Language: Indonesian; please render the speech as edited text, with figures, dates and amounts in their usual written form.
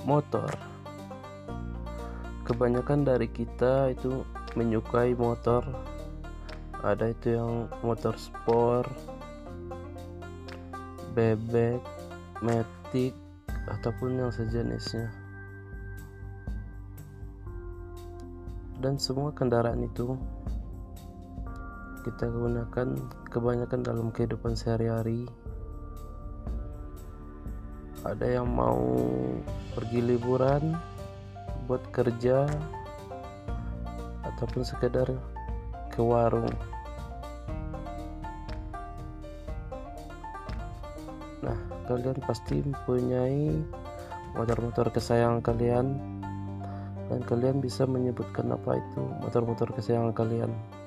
Motor. Kebanyakan dari kita itu menyukai motor. Ada itu yang motor sport, bebek, matic, ataupun yang sejenisnya. Dan semua kendaraan itu kita gunakan kebanyakan dalam kehidupan sehari-hari. Ada yang mau pergi liburan, buat kerja, ataupun sekedar ke warung. Nah, kalian pasti mempunyai motor-motor kesayangan kalian, dan kalian bisa menyebutkan apa itu motor-motor kesayangan kalian.